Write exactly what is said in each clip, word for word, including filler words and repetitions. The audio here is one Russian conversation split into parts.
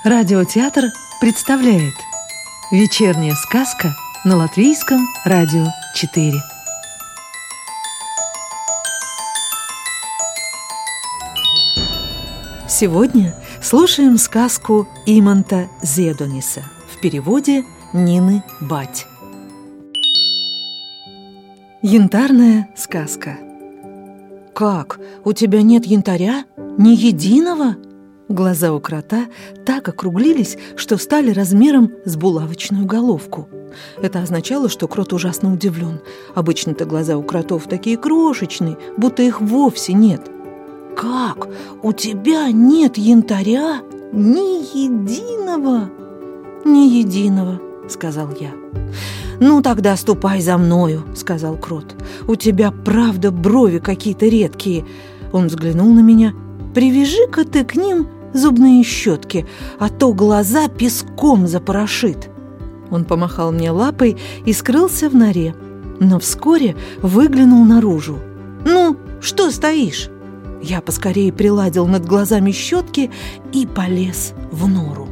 Радиотеатр представляет «Вечерняя сказка» на Латвийском радио четыре. Сегодня слушаем сказку Иманта Зедониса в переводе Нины Бать. Янтарная сказка. «Как? У тебя нет янтаря? Ни единого?» Глаза у крота так округлились, что стали размером с булавочную головку. Это означало, что крот ужасно удивлен. Обычно-то глаза у кротов такие крошечные, будто их вовсе нет. «Как? У тебя нет янтаря? Ни единого?» «Ни единого», — сказал я. «Ну, тогда ступай за мною», — сказал крот. «У тебя, правда, брови какие-то редкие». Он взглянул на меня. «Привяжи-ка ты к ним зубные щетки, а то глаза песком запорошит». Он помахал мне лапой и скрылся в норе, но вскоре выглянул наружу. «Ну, что стоишь?» Я поскорее приладил над глазами щетки и полез в нору.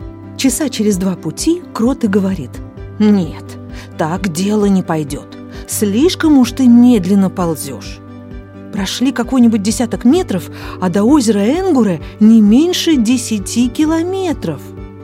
Часа через два пути крот и говорит: «Нет, так дело не пойдет. Слишком уж ты медленно ползешь». Прошли какой-нибудь десяток метров, а до озера Энгуре не меньше десяти километров.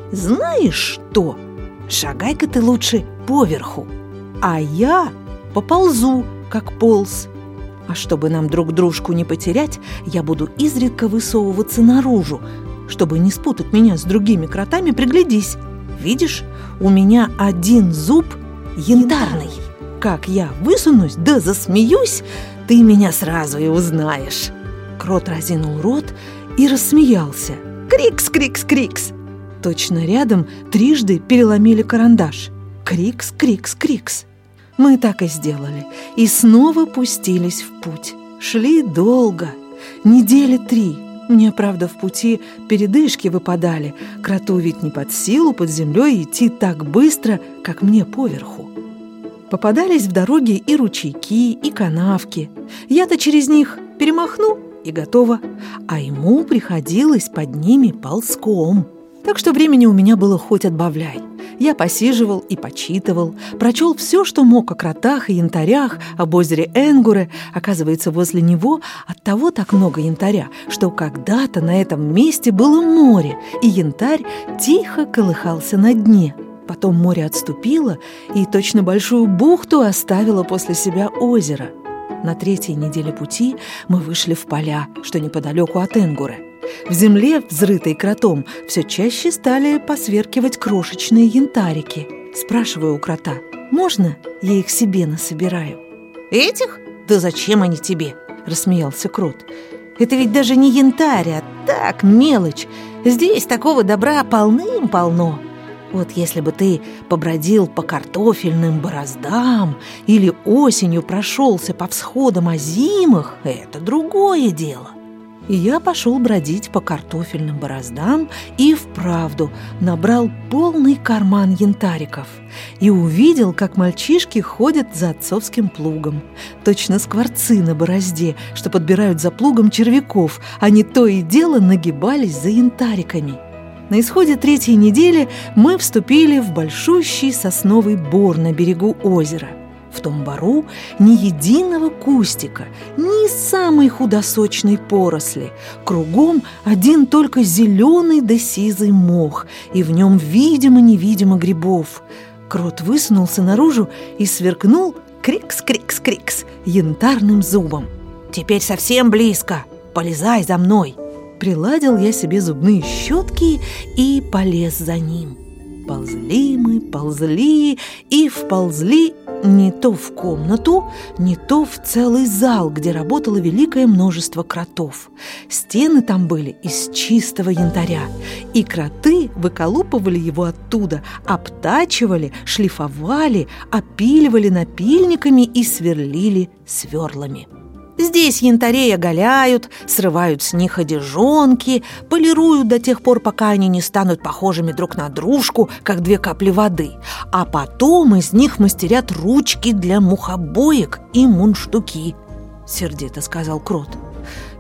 «Знаешь что? Шагай-ка ты лучше поверху, а я поползу, как полз. А чтобы нам друг дружку не потерять, я буду изредка высовываться наружу. Чтобы не спутать меня с другими кротами, приглядись. Видишь, у меня один зуб янтарный. Как я высунусь да засмеюсь, ты меня сразу и узнаешь». Крот разинул рот и рассмеялся. «Крикс-крикс-крикс!» Точно рядом трижды переломили карандаш. «Крикс-крикс-крикс!» Мы так и сделали, и снова пустились в путь. Шли долго, недели три. Мне, правда, в пути передышки выпадали. Кроту ведь не под силу под землей идти так быстро, как мне поверху. Попадались в дороге и ручейки, и канавки. Я-то через них перемахну и готово, а ему приходилось под ними ползком. Так что времени у меня было хоть отбавляй. Я посиживал и почитывал, прочел все, что мог о кротах и янтарях, об озере Энгуре. Оказывается, возле него оттого так много янтаря, что когда-то на этом месте было море, и янтарь тихо колыхался на дне. Потом море отступило и точно большую бухту оставило после себя озеро. На третьей неделе пути мы вышли в поля, что неподалеку от Энгуре. В земле, взрытой кротом, все чаще стали посверкивать крошечные янтарики. Спрашиваю у крота: «Можно я их себе насобираю?» «Этих? Да зачем они тебе?» – рассмеялся крот. «Это ведь даже не янтарь, а так, мелочь. Здесь такого добра полным-полно. Вот если бы ты побродил по картофельным бороздам или осенью прошелся по всходам озимых, это другое дело». И я пошел бродить по картофельным бороздам и вправду набрал полный карман янтариков и увидел, как мальчишки ходят за отцовским плугом. Точно скворцы на борозде, что подбирают за плугом червяков, они то и дело нагибались за янтариками. На исходе третьей недели мы вступили в большущий сосновый бор на берегу озера. В том бору ни единого кустика, ни самой худосочной поросли. Кругом один только зеленый да сизый мох, и в нем видимо-невидимо грибов. Крот высунулся наружу и сверкнул крикс-крикс-крикс янтарным зубом. «Теперь совсем близко, полезай за мной!» Приладил я себе зубные щетки и полез за ним. Ползли мы, ползли и вползли не то в комнату, не то в целый зал, где работало великое множество кротов. Стены там были из чистого янтаря, и кроты выколупывали его оттуда, обтачивали, шлифовали, опиливали напильниками и сверлили сверлами. Здесь янтарей оголяют, срывают с них одежонки, полируют до тех пор, пока они не станут похожими друг на дружку, как две капли воды. А потом из них мастерят ручки для мухобоек и мундштуки, — сердито сказал крот.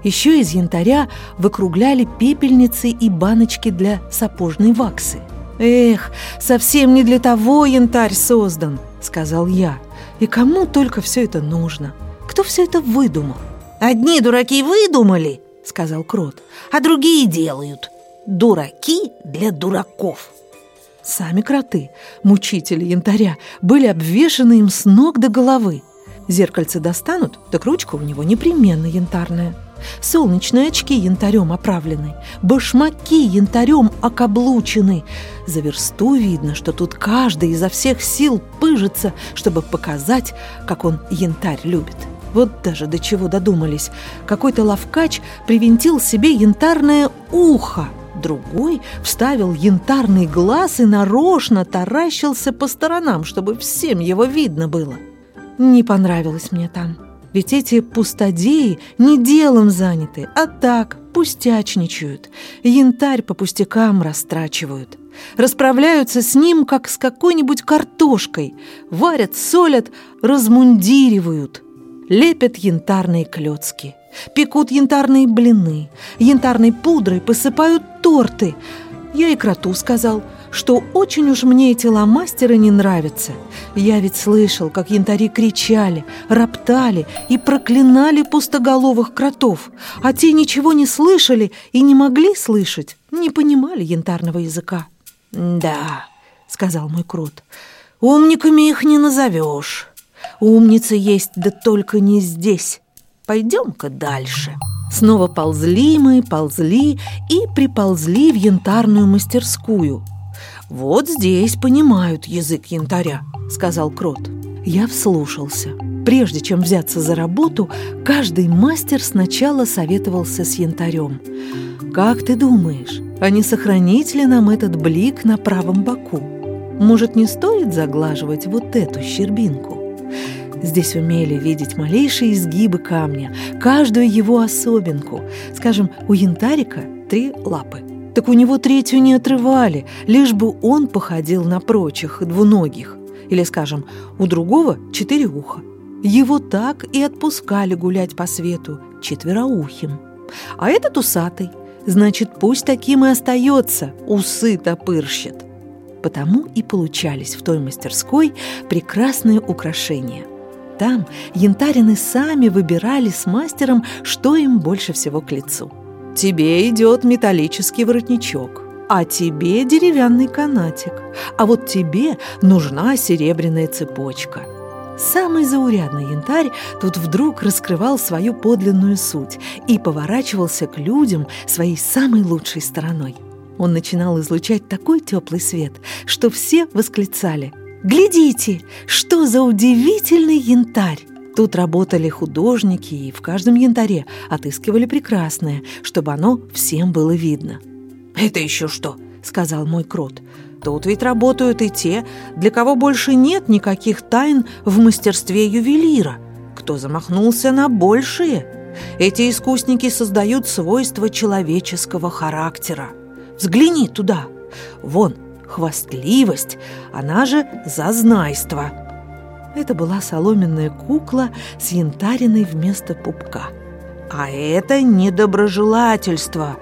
Еще из янтаря выкругляли пепельницы и баночки для сапожной ваксы. «Эх, совсем не для того янтарь создан», — сказал я. «И кому только все это нужно? Кто все это выдумал?» «Одни дураки выдумали», — сказал Крот, «а другие делают. Дураки для дураков». Сами кроты, мучители янтаря, были обвешаны им с ног до головы. Зеркальце достанут, так ручка у него непременно янтарная. Солнечные очки янтарем оправлены, башмаки янтарем окаблучены. За версту видно, что тут каждый изо всех сил пыжится, чтобы показать, как он янтарь любит. Вот даже до чего додумались. Какой-то ловкач привинтил себе янтарное ухо, другой вставил янтарный глаз и нарочно таращился по сторонам, чтобы всем его видно было. Не понравилось мне там. Ведь эти пустодеи не делом заняты, а так пустячничают. Янтарь по пустякам растрачивают. Расправляются с ним, как с какой-нибудь картошкой. Варят, солят, размундиривают. Лепят янтарные клёцки, пекут янтарные блины, янтарной пудрой посыпают торты. Я и кроту сказал, что очень уж мне эти ломастеры не нравятся. Я ведь слышал, как янтари кричали, роптали и проклинали пустоголовых кротов, а те ничего не слышали и не могли слышать, не понимали янтарного языка. «Да», — сказал мой крот, — «умниками их не назовешь. Умницы есть, да только не здесь. Пойдем-ка дальше». Снова ползли мы, ползли и приползли в янтарную мастерскую. «Вот здесь понимают язык янтаря», — сказал крот. Я вслушался. Прежде чем взяться за работу, каждый мастер сначала советовался с янтарем. «Как ты думаешь, а не сохранить ли нам этот блик на правом боку? Может, не стоит заглаживать вот эту щербинку?» Здесь умели видеть малейшие изгибы камня, каждую его особенку. Скажем, у янтарика три лапы. Так у него третью не отрывали, лишь бы он походил на прочих двуногих. Или, скажем, у другого четыре уха. Его так и отпускали гулять по свету четвероухим. А этот усатый, значит, пусть таким и остается, усы топырщит. Потому и получались в той мастерской прекрасные украшения. Там янтарины сами выбирали с мастером, что им больше всего к лицу. «Тебе идет металлический воротничок, а тебе деревянный канатик, а вот тебе нужна серебряная цепочка». Самый заурядный янтарь тут вдруг раскрывал свою подлинную суть и поворачивался к людям своей самой лучшей стороной. Он начинал излучать такой теплый свет, что все восклицали: «Глядите, что за удивительный янтарь!» Тут работали художники и в каждом янтаре отыскивали прекрасное, чтобы оно всем было видно. «Это еще что?» — сказал мой крот. «Тут ведь работают и те, для кого больше нет никаких тайн в мастерстве ювелира, кто замахнулся на большее. Эти искусники создают свойства человеческого характера. Взгляни туда, вон, хвастливость, она же зазнайство». Это была соломенная кукла с янтариной вместо пупка. «А это недоброжелательство,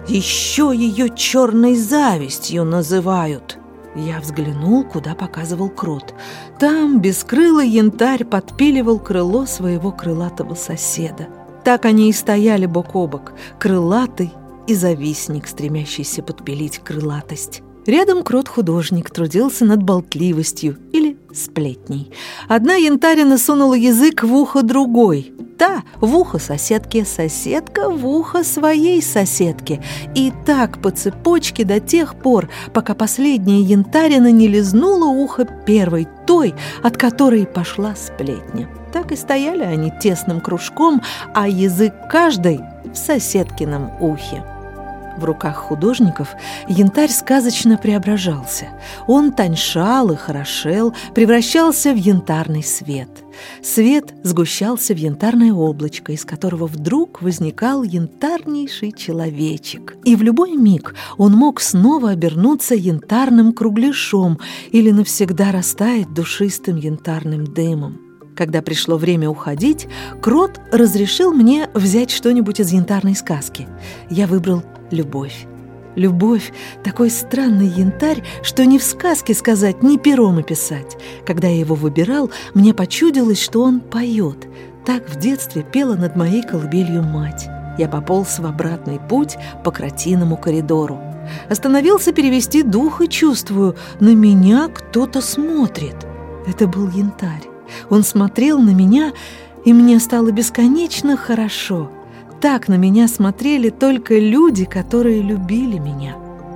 еще ее черной завистью называют». Я взглянул, куда показывал крот. Там бескрылый янтарь подпиливал крыло своего крылатого соседа. Так они и стояли бок о бок, крылатый и завистник, стремящийся подпилить крылатость. Рядом крот-художник трудился над болтливостью или сплетней. Одна янтарина сунула язык в ухо другой, та в ухо соседке, соседка в ухо своей соседке. И так по цепочке до тех пор, пока последняя янтарина не лизнула ухо первой, той, от которой пошла сплетня. Так и стояли они тесным кружком, а язык каждой в соседкином ухе. В руках художников янтарь сказочно преображался. Он тоньшал и хорошел, превращался в янтарный свет. Свет сгущался в янтарное облачко, из которого вдруг возникал янтарнейший человечек. И в любой миг он мог снова обернуться янтарным кругляшом или навсегда растаять душистым янтарным дымом. Когда пришло время уходить, крот разрешил мне взять что-нибудь из янтарной сказки. Я выбрал «Любовь». Любовь — такой странный янтарь, что ни в сказке сказать, ни пером описать. Когда я его выбирал, мне почудилось, что он поет. Так в детстве пела над моей колыбелью мать. Я пополз в обратный путь по кротиному коридору. Остановился перевести дух и чувствую, на меня кто-то смотрит. Это был янтарь. Он смотрел на меня, и мне стало бесконечно хорошо. Так на меня смотрели только люди, которые любили меня.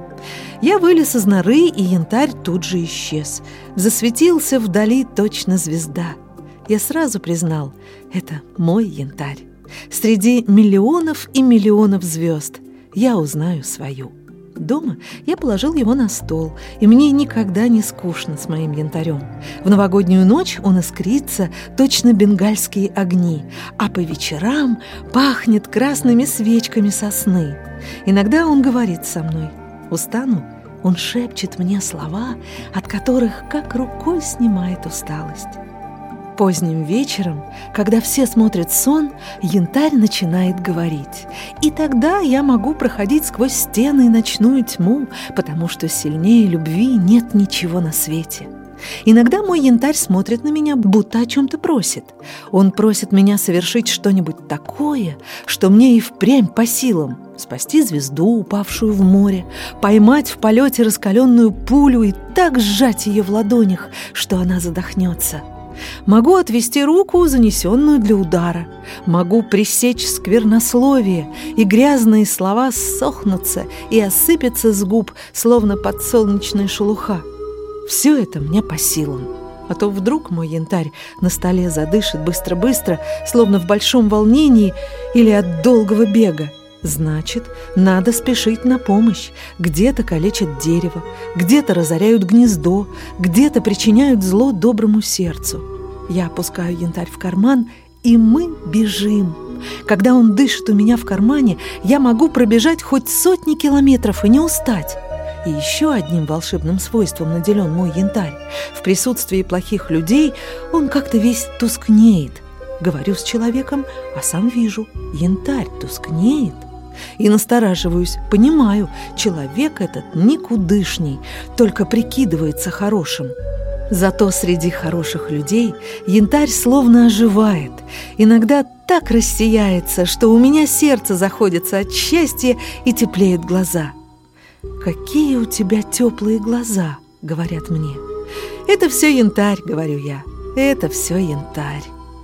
Я вылез из норы, и янтарь тут же исчез. Засветился вдали точно звезда. Я сразу признал, это мой янтарь. Среди миллионов и миллионов звезд я узнаю свою. Дома я положил его на стол, и мне никогда не скучно с моим янтарем. В новогоднюю ночь он искрится, точно бенгальские огни, а по вечерам пахнет красными свечками сосны. Иногда он говорит со мной. Устану, он шепчет мне слова, от которых как рукой снимает усталость. Поздним вечером, когда все смотрят сон, янтарь начинает говорить. И тогда я могу проходить сквозь стены и ночную тьму, потому что сильнее любви нет ничего на свете. Иногда мой янтарь смотрит на меня, будто о чем-то просит. Он просит меня совершить что-нибудь такое, что мне и впрямь по силам. Спасти звезду, упавшую в море, поймать в полете раскаленную пулю и так сжать ее в ладонях, что она задохнется. Могу отвести руку, занесенную для удара. Могу пресечь сквернословие, и грязные слова ссохнутся и осыпятся с губ, словно подсолнечная шелуха. Все это мне по силам. А то вдруг мой янтарь на столе задышит быстро-быстро, словно в большом волнении или от долгого бега. Значит, надо спешить на помощь. Где-то калечат дерево, где-то разоряют гнездо, где-то причиняют зло доброму сердцу. Я опускаю янтарь в карман, и мы бежим. Когда он дышит у меня в кармане, я могу пробежать хоть сотни километров и не устать. И еще одним волшебным свойством наделен мой янтарь. В присутствии плохих людей он как-то весь тускнеет. Говорю с человеком, а сам вижу, янтарь тускнеет. И настораживаюсь, понимаю, человек этот никудышний, только прикидывается хорошим. Зато среди хороших людей янтарь словно оживает, иногда так рассияется, что у меня сердце заходится от счастья и теплеют глаза. «Какие у тебя теплые глаза», — говорят мне. «Это все янтарь», — говорю я, — «это все янтарь».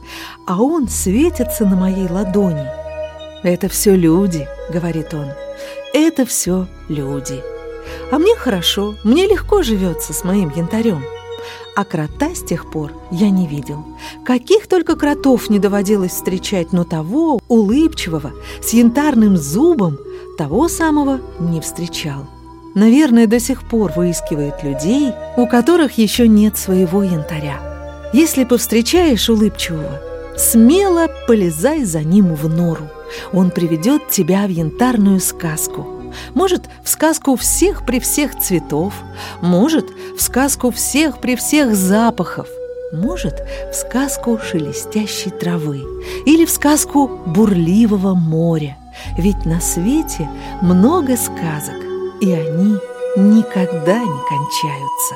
А он светится на моей ладони. «Это все люди», — говорит он, — «это все люди». А мне хорошо, мне легко живется с моим янтарем. А крота с тех пор я не видел. Каких только кротов не доводилось встречать, но того, улыбчивого, с янтарным зубом, того самого не встречал. Наверное, до сих пор выискивает людей, у которых еще нет своего янтаря. Если повстречаешь улыбчивого, смело полезай за ним в нору. Он приведет тебя в янтарную сказку. Может, в сказку всех при всех цветов, может, в сказку всех при всех запахов, может, в сказку шелестящей травы или в сказку бурливого моря. Ведь на свете много сказок, и они никогда не кончаются.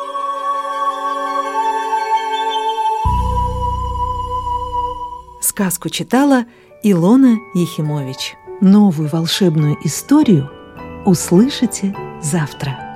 Сказку читала Илона Ехимович. Новую волшебную историю услышите завтра.